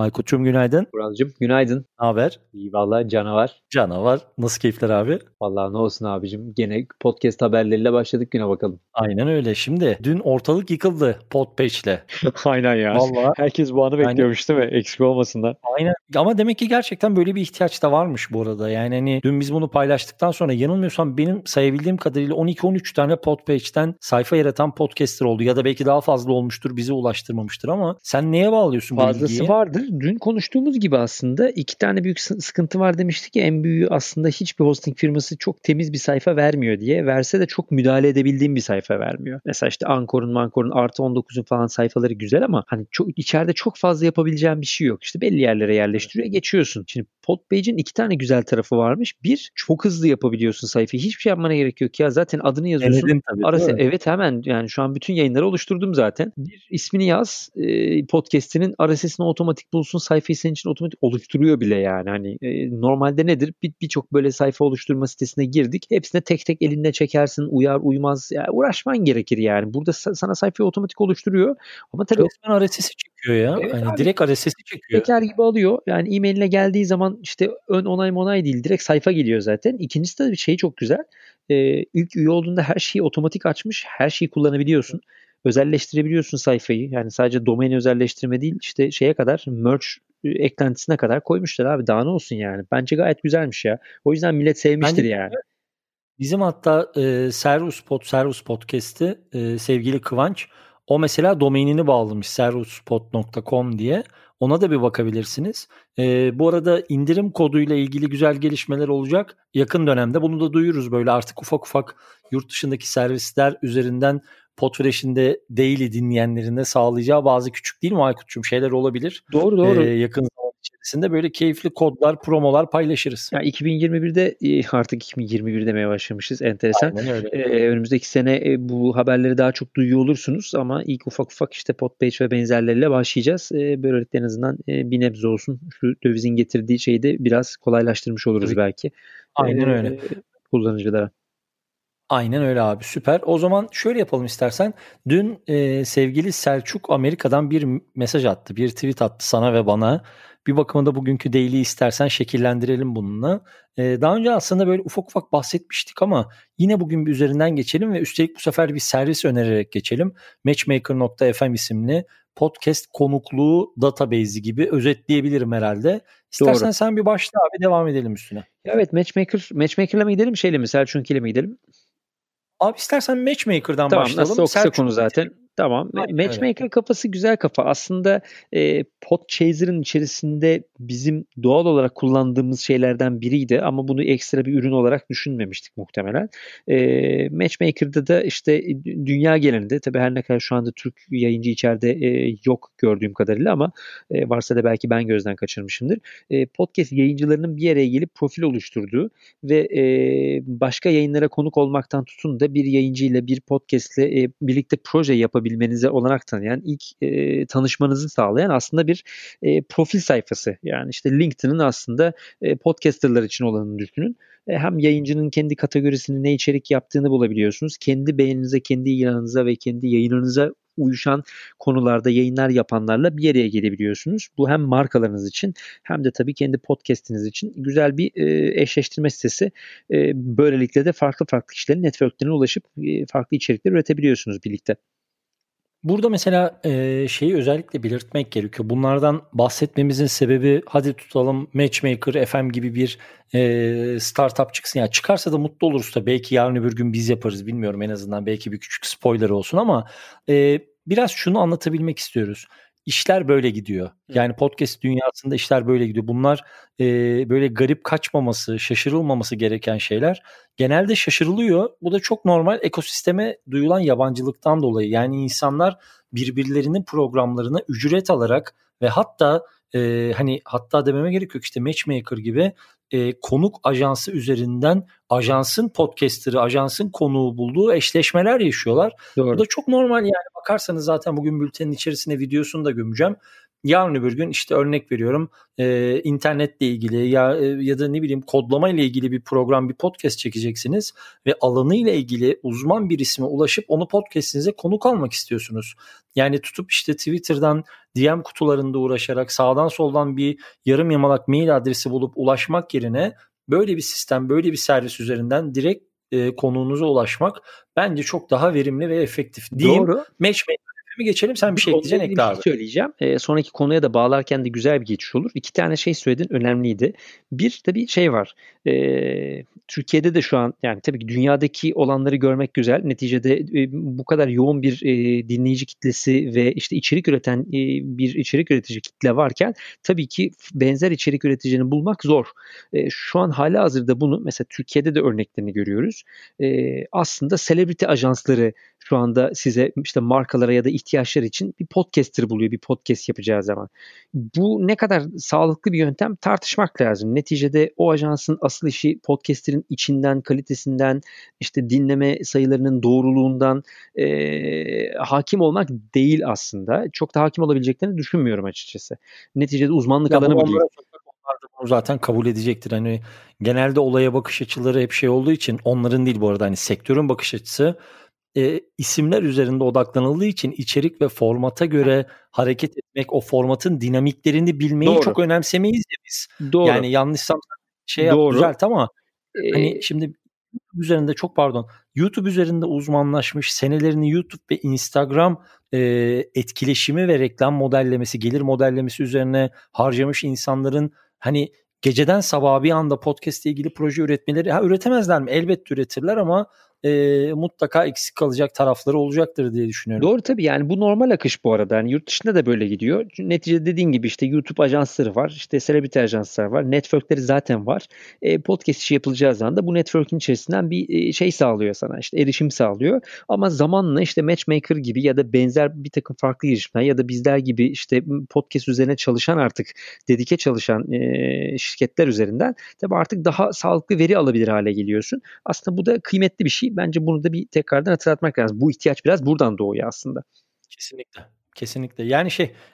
Aykut'cum günaydın. Buracığım günaydın. Ne haber? İyi vallahi canavar. Canavar. Nasıl keyifler abi? Vallahi ne olsun abicim. Gene podcast haberleriyle başladık güne bakalım. Aynen öyle. Şimdi dün ortalık yıkıldı Podpage'le. Aynen ya. Vallahi Herkes bu anı bekliyormuş değil mi? Eksik olmasınlar. aynen. Ama demek ki gerçekten böyle bir ihtiyaç da varmış bu arada. Yani hani dün biz bunu paylaştıktan sonra yanılmıyorsam benim sayabildiğim kadarıyla 12-13 tane Podpage'ten sayfa yaratan podcaster oldu. Ya da belki daha fazla olmuştur, bize ulaştırmamıştır ama sen neye bağlıyorsun bu Fazlası ilgiyi? vardır. Dün konuştuğumuz gibi aslında iki tane büyük sıkıntı var demiştik ki en büyüğü aslında hiçbir hosting firması çok temiz bir sayfa vermiyor diye. Verse de çok müdahale edebildiğim bir sayfa vermiyor. Mesela işte Ankor'un artı 19'un falan sayfaları güzel ama hani içeride çok fazla yapabileceğin bir şey yok. İşte belli yerlere yerleştiriyor, geçiyorsun. Şimdi Podpage'in iki tane güzel tarafı varmış. Bir, çok hızlı yapabiliyorsun sayfayı. Hiçbir şey yapmana gerek yok ya. Zaten adını yazıyorsun. Denedin tabii, değil mi? Evet, hemen yani şu an bütün yayınları oluşturdum zaten. Bir ismini yaz. Podcast'inin RSS'ini otomatik bulsun. Sayfayı senin için otomatik oluşturuyor bile yani. Hani normalde nedir? Birçok böyle sayfa oluşturma sitesine girdik. Hepsine tek tek elinde çekersin. Uyar uymaz. Yani uğraşman gerekir yani. Burada sana sayfayı otomatik oluşturuyor. Ama tabii Resmen RSS'i çekiyor ya. evet Hani abi, direkt RSS'i çekiyor. teker gibi alıyor. Yani e-mailine geldiği zaman işte ön onay değil. Direkt sayfa geliyor zaten. İkincisi de bir şey çok güzel. İlk üye olduğunda her şeyi otomatik açmış. Her şeyi kullanabiliyorsun. Özelleştirebiliyorsun sayfayı. Yani sadece domain özelleştirme değil, işte şeye kadar, merge eklentisine kadar koymuşlar abi. Daha ne olsun yani. Bence gayet güzelmiş ya. O yüzden millet sevmiştir Bence yani. bizim hatta Servus Podcast'i sevgili Kıvanç, o mesela domainini bağlamış servuspod.com diye. Ona da bir bakabilirsiniz. Bu arada indirim koduyla ilgili güzel gelişmeler olacak yakın dönemde. Bunu da duyururuz, böyle artık ufak ufak yurt dışındaki servisler üzerinden Podfresh'in de daily dinleyenlerine sağlayacağı bazı küçük, değil mi Aykut'cum, şeyler olabilir. Doğru. Yakın zaman içerisinde böyle keyifli kodlar, promolar paylaşırız. Ya 2021'de artık 2021 demeye başlamışız. Enteresan. Aynen öyle. Önümüzdeki sene bu haberleri daha çok duyuyor olursunuz ama ilk ufak işte Podpage ve benzerleriyle başlayacağız. Böylelikle en azından bir nebze olsun şu dövizin getirdiği şeyi de biraz kolaylaştırmış oluruz Tabii. belki. Aynen öyle. Kullanıcılara. Aynen öyle abi, süper. O zaman şöyle yapalım istersen. Dün sevgili Selçuk Amerika'dan bir mesaj attı, bir tweet attı sana ve bana. Bir bakımda bugünkü daily istersen şekillendirelim bununla. Daha önce aslında böyle ufak ufak bahsetmiştik ama yine bugün bir üzerinden geçelim ve üstelik bu sefer bir servis önererek geçelim. Matchmaker.fm isimli podcast konukluğu database'i gibi özetleyebilirim herhalde. İstersen Doğru. sen bir başla abi, devam edelim üstüne. Evet, Matchmaker'la mı gidelim, şeyle mi, Selçuk'unkiyle mi gidelim? Abi istersen Matchmaker'dan Tamam, nasıl başlayalım. o kısa Selçuk. konu zaten. Tamam. Aynen öyle. Matchmaker kafası güzel kafa. Aslında Podchaser'ın içerisinde bizim doğal olarak kullandığımız şeylerden biriydi ama bunu ekstra bir ürün olarak düşünmemiştik muhtemelen. Matchmaker'da da işte dünya genelinde, tabii her ne kadar şu anda Türk yayıncı içeride yok gördüğüm kadarıyla ama varsa da belki ben gözden kaçırmışımdır. Podcast yayıncılarının bir araya gelip profil oluşturduğu ve başka yayınlara konuk olmaktan tutun da bir yayıncı ile bir podcast ile birlikte proje yapabilmenize olanak tanıyan, ilk tanışmanızı sağlayan aslında bir profil sayfası. Yani işte LinkedIn'in aslında podcasterlar için olanını düşünün. Hem yayıncının kendi kategorisini, ne içerik yaptığını bulabiliyorsunuz. Kendi beğeninize, kendi ilanınıza ve kendi yayınlarınıza uyuşan konularda yayınlar yapanlarla bir araya gelebiliyorsunuz. Bu hem markalarınız için hem de tabii kendi podcast'iniz için güzel bir eşleştirme sitesi. Böylelikle de farklı kişilerin networklerine ulaşıp farklı içerikler üretebiliyorsunuz birlikte. Burada mesela şeyi özellikle belirtmek gerekiyor. Bunlardan bahsetmemizin sebebi, hadi tutalım Matchmaker FM gibi bir startup çıksın. Yani çıkarsa da mutlu oluruz da, belki yarın öbür gün biz yaparız, bilmiyorum, en azından belki bir küçük spoiler olsun ama biraz şunu anlatabilmek istiyoruz. İşler böyle gidiyor. Yani podcast dünyasında işler böyle gidiyor. Bunlar böyle garip kaçmaması, şaşırılmaması gereken şeyler. Genelde şaşırılıyor. Bu da çok normal, ekosisteme duyulan yabancılıktan dolayı. Yani insanlar birbirlerinin programlarına ücret alarak ve hatta hatta dememe gerek yok, işte Matchmaker gibi konuk ajansı üzerinden ajansın podcaster'ı, ajansın konuğu bulduğu eşleşmeler yaşıyorlar. Doğru. Bu da çok normal yani. Bakarsanız zaten bugün bültenin içerisine videosunu da gömeceğim. yarın öbür gün işte örnek veriyorum internetle ilgili ya da ne bileyim kodlama ile ilgili bir program, bir podcast çekeceksiniz ve alanıyla ilgili uzman bir isme ulaşıp onu podcast'inize konuk almak istiyorsunuz. Yani tutup işte Twitter'dan DM kutularında uğraşarak sağdan soldan bir yarım yamalak mail adresi bulup ulaşmak yerine böyle bir sistem, böyle bir servis üzerinden direkt konuğunuza ulaşmak bence çok daha verimli ve efektif diyeyim. Doğru. Matchmaker'e geçelim. Sen bir şey ekleyeceksin, ekle abi. Söyleyeceğim. Sonraki konuya da bağlarken de güzel bir geçiş olur. 2 tane şey söyledin, önemliydi. Bir tabii şey var. Türkiye'de de şu an yani tabii ki dünyadaki olanları görmek güzel. Neticede bu kadar yoğun bir dinleyici kitlesi ve işte içerik üreten bir içerik üretici kitle varken tabii ki benzer içerik üreticini bulmak zor. Şu an halihazırda bunu mesela Türkiye'de de örneklerini görüyoruz. Aslında celebrity ajansları şu anda size işte markalara ya da ihtiyaçlar için bir podcaster buluyor, bir podcast yapacağı zaman. Bu ne kadar sağlıklı bir yöntem tartışmak lazım. Neticede o ajansın asıl işi podcaster'ın içinden, kalitesinden, işte dinleme sayılarının doğruluğundan hakim olmak değil aslında. Çok da hakim olabileceklerini düşünmüyorum açıkçası. Neticede uzmanlık alanı bu değil. Onlar da bunu zaten kabul edecektir. Hani genelde olaya bakış açıları hep şey olduğu için, onların değil bu arada, hani sektörün bakış açısı isimler üzerinde odaklanıldığı için içerik ve formata göre hareket etmek, o formatın dinamiklerini bilmeyi Doğru. çok önemsemeyiz ya biz. Doğru. Yani yanlışsam şey yap, düzelt ama hani şimdi YouTube üzerinde uzmanlaşmış, senelerini YouTube ve Instagram etkileşimi ve reklam modellemesi, gelir modellemesi üzerine harcamış insanların hani geceden sabaha bir anda podcast ile ilgili proje üretmeleri, üretemezler mi? Elbette üretirler ama mutlaka eksik kalacak tarafları olacaktır diye düşünüyorum. Doğru tabii, yani bu normal akış bu arada. Yani yurt dışında da böyle gidiyor. Neticede dediğin gibi işte YouTube ajansları var, işte celebrity ajanslar var, networkleri zaten var. Podcast işi yapılacağı zaman da bu network'in içerisinden bir şey sağlıyor sana, işte erişim sağlıyor. Ama zamanla işte Matchmaker gibi ya da benzer bir takım farklı girişimler ya da bizler gibi işte podcast üzerine çalışan, artık dedike çalışan şirketler üzerinden tabii artık daha sağlıklı veri alabilir hale geliyorsun. Aslında bu da kıymetli bir şey. Bence bunu da bir tekrardan hatırlatmak lazım. Bu ihtiyaç biraz buradan doğuyor aslında. Kesinlikle. Kesinlikle. Yani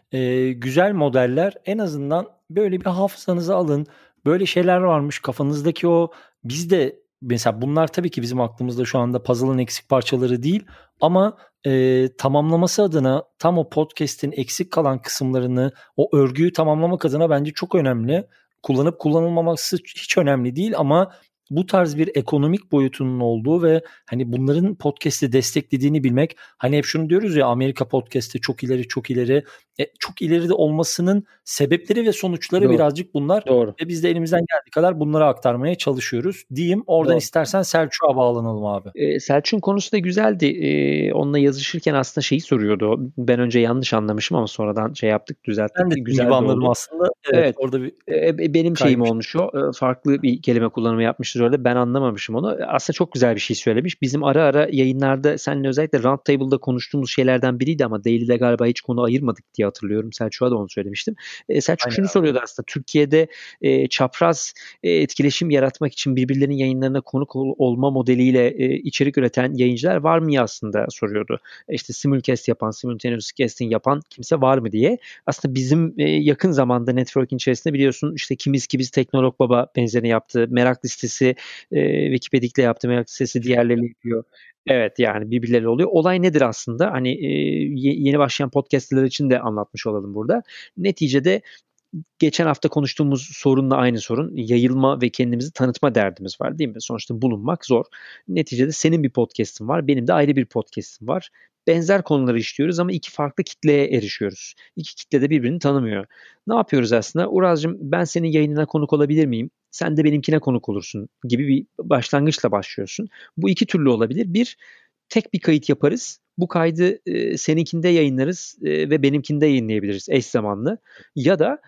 güzel modeller, en azından böyle bir hafızanıza alın. Böyle şeyler varmış kafanızdaki, o bizde mesela bunlar tabii ki bizim aklımızda şu anda puzzle'ın eksik parçaları değil ama tamamlaması adına tam o podcast'in eksik kalan kısımlarını, o örgüyü tamamlamak adına bence çok önemli. Kullanıp kullanılmaması hiç önemli değil ama bu tarz bir ekonomik boyutunun olduğu ve hani bunların podcast'i desteklediğini bilmek, hani hep şunu diyoruz ya, Amerika podcast'i çok ileri, çok ileri. Çok ileride olmasının sebepleri ve sonuçları Doğru. birazcık bunlar. Doğru. Ve biz de elimizden geldiği kadar bunları aktarmaya çalışıyoruz diyeyim. Oradan Doğru. istersen Selçuk'a bağlanalım abi. Selçuk'un konusu da güzeldi. Onunla yazışırken aslında şeyi soruyordu. Ben önce yanlış anlamışım ama sonradan şey yaptık, düzelttik. Ben de Güzel gibi anladım oldu. aslında. Evet. Orada bir benim şeyim olmuş o. Farklı bir kelime kullanımı yapmıştır orada. Ben anlamamışım onu. Aslında çok güzel bir şey söylemiş. Bizim ara ara yayınlarda seninle özellikle Roundtable'da konuştuğumuz şeylerden biriydi ama Daily'de galiba hiç konu ayırmadık diye hatırlıyorum. Selçuk'a da onu söylemiştim. Selçuk şunu soruyordu aslında. Türkiye'de çapraz etkileşim yaratmak için birbirlerinin yayınlarına konuk olma modeliyle içerik üreten yayıncılar var mı aslında soruyordu. İşte simulcast yapan, simultaneous casting yapan kimse var mı diye. Aslında bizim yakın zamanda network'in içerisinde biliyorsun işte Kimiz Teknolog Baba benzerini yaptı. Merak listesi Wikipedic'le yaptı. Merak listesi diğerleri yapıyor. Evet, yani birbirleri oluyor. Olay nedir aslında? Hani yeni başlayan podcastçılar için de anlatmış olalım burada. Neticede geçen hafta konuştuğumuz sorunla aynı sorun. Yayılma ve kendimizi tanıtma derdimiz var değil mi? Sonuçta bulunmak zor. Neticede senin bir podcast'in var. Benim de ayrı bir podcast'im var. Benzer konuları işliyoruz ama iki farklı kitleye erişiyoruz. İki kitle de birbirini tanımıyor. Ne yapıyoruz aslında? Uraz'cığım, ben senin yayınına konuk olabilir miyim? Sen de benimkine konuk olursun gibi bir başlangıçla başlıyorsun. Bu iki türlü olabilir. Bir, tek bir kayıt yaparız. Bu kaydı seninkinde yayınlarız ve benimkinde yayınlayabiliriz eş zamanlı. Ya da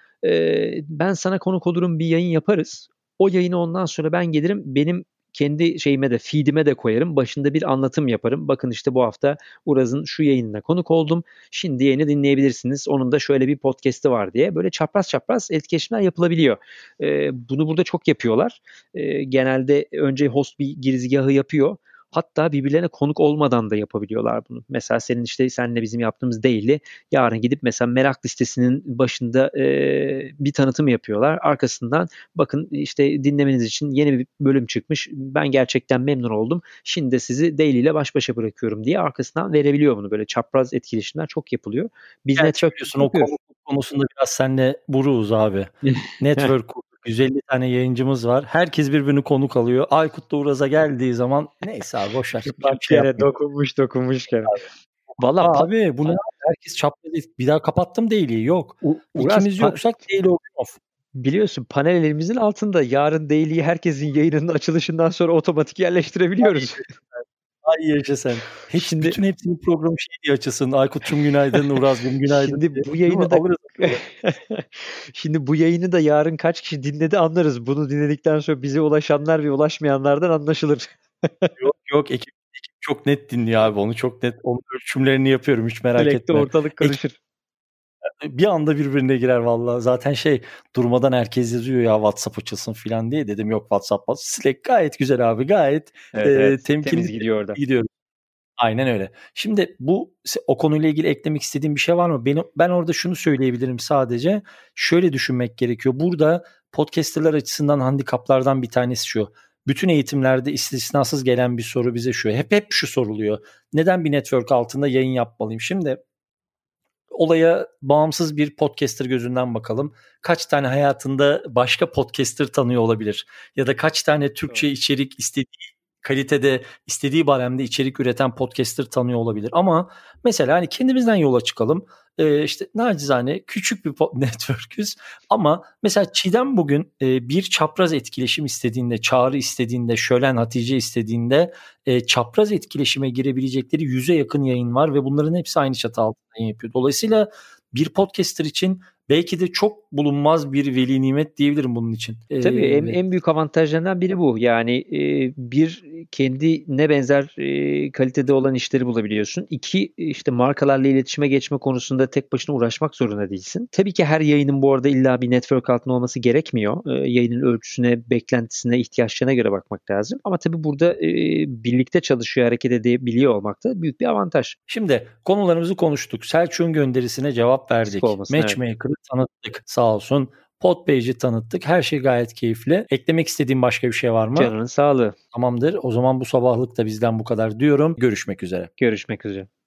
ben sana konuk olurum, bir yayın yaparız. O yayını ondan sonra ben gelirim, benim kendi şeyime de, feedime de koyarım. Başında bir anlatım yaparım. Bakın işte bu hafta Uraz'ın şu yayınına konuk oldum. Şimdi yayını dinleyebilirsiniz. Onun da şöyle bir podcast'i var diye. Böyle çapraz çapraz etkileşimler yapılabiliyor. Bunu burada çok yapıyorlar. Genelde önce host bir girizgahı yapıyor. Hatta birbirlerine konuk olmadan da yapabiliyorlar bunu. Mesela seninle bizim yaptığımız değil'i yarın gidip mesela merak listesinin başında bir tanıtım yapıyorlar. Arkasından bakın işte dinlemeniz için yeni bir bölüm çıkmış. Ben gerçekten memnun oldum. Şimdi de sizi Daily ile baş başa bırakıyorum diye arkasından verebiliyor bunu. Böyle çapraz etkileşimler çok yapılıyor. Biz Gerçi network biliyorsun o konukluk konusunda biraz seninle buruğuz abi. Network kurduk. 150 tane yayıncımız var. Herkes birbirini konuk alıyor. Aykut da Uraz'a geldiği zaman neyse abi boşver. Bak gene dokunmuş gene. Valla abi bu ne? Herkes çapraz bir daha kapattım Daily'yi. Yok. İkimiz yoksak Daily off. Biliyorsun panellerimizin altında yarın Daily'yi herkesin yayınının açılışından sonra otomatik yerleştirebiliyoruz. Ay yaşa sen. Bütün hepsinin programı diye açılsın. Aykut'cum günaydın, Uraz'cım günaydın. Şimdi bu yayını da Şimdi bu yayını da yarın kaç kişi dinledi anlarız. Bunu dinledikten sonra bize ulaşanlar ve ulaşmayanlardan anlaşılır. Yok ekip çok net dinliyor abi. Onu çok net. Onun ölçümlerini yapıyorum. Hiç merak Slack'te etme. ortalık karışır. Bir anda birbirine girer vallahi. Zaten durmadan herkes yazıyor ya WhatsApp açılsın falan diye. Dedim yok WhatsApp. Slack gayet güzel abi. Gayet temkinli gidiyor orada. Gidiyoruz. Aynen öyle. Şimdi o konuyla ilgili eklemek istediğim bir şey var mı? Ben orada şunu söyleyebilirim sadece. Şöyle düşünmek gerekiyor. Burada podcasterlar açısından handikaplardan bir tanesi şu. Bütün eğitimlerde istisnasız gelen bir soru bize şu. Hep şu soruluyor. Neden bir network altında yayın yapmalıyım? Şimdi olaya bağımsız bir podcaster gözünden bakalım. Kaç tane hayatında başka podcaster tanıyor olabilir? Ya da kaç tane Türkçe içerik istediği kalitede, istediği baremde içerik üreten podcaster tanıyor olabilir. Ama mesela hani kendimizden yola çıkalım. İşte nacizane küçük bir network'üz. Ama mesela Çiğdem bugün bir çapraz etkileşim istediğinde, Çağrı istediğinde, Şölen Hatice istediğinde çapraz etkileşime girebilecekleri 100'e yakın yayın var ve bunların hepsi aynı çatı altında yayın yapıyor. Dolayısıyla bir podcaster için belki de çok bulunmaz bir veli nimet diyebilirim bunun için. Tabii en büyük avantajlarından biri bu. Yani bir kendine benzer kalitede olan işleri bulabiliyorsun. İki işte markalarla iletişime geçme konusunda tek başına uğraşmak zorunda değilsin. Tabii ki her yayının bu arada illa bir network altında olması gerekmiyor. Yayının ölçüsüne, beklentisine, ihtiyaçlarına göre bakmak lazım. Ama tabii burada birlikte çalışıyor, hareket edebiliyor olmak da büyük bir avantaj. Şimdi konularımızı konuştuk. Selçuk'un gönderisine cevap verdik. Matchmaker'ı tanıttık sağ olsun. Podpage'i tanıttık. Her şey gayet keyifli. Eklemek istediğin başka bir şey var mı? Canının sağlığı. Tamamdır. O zaman bu sabahlık da bizden bu kadar diyorum. Görüşmek üzere. Görüşmek üzere.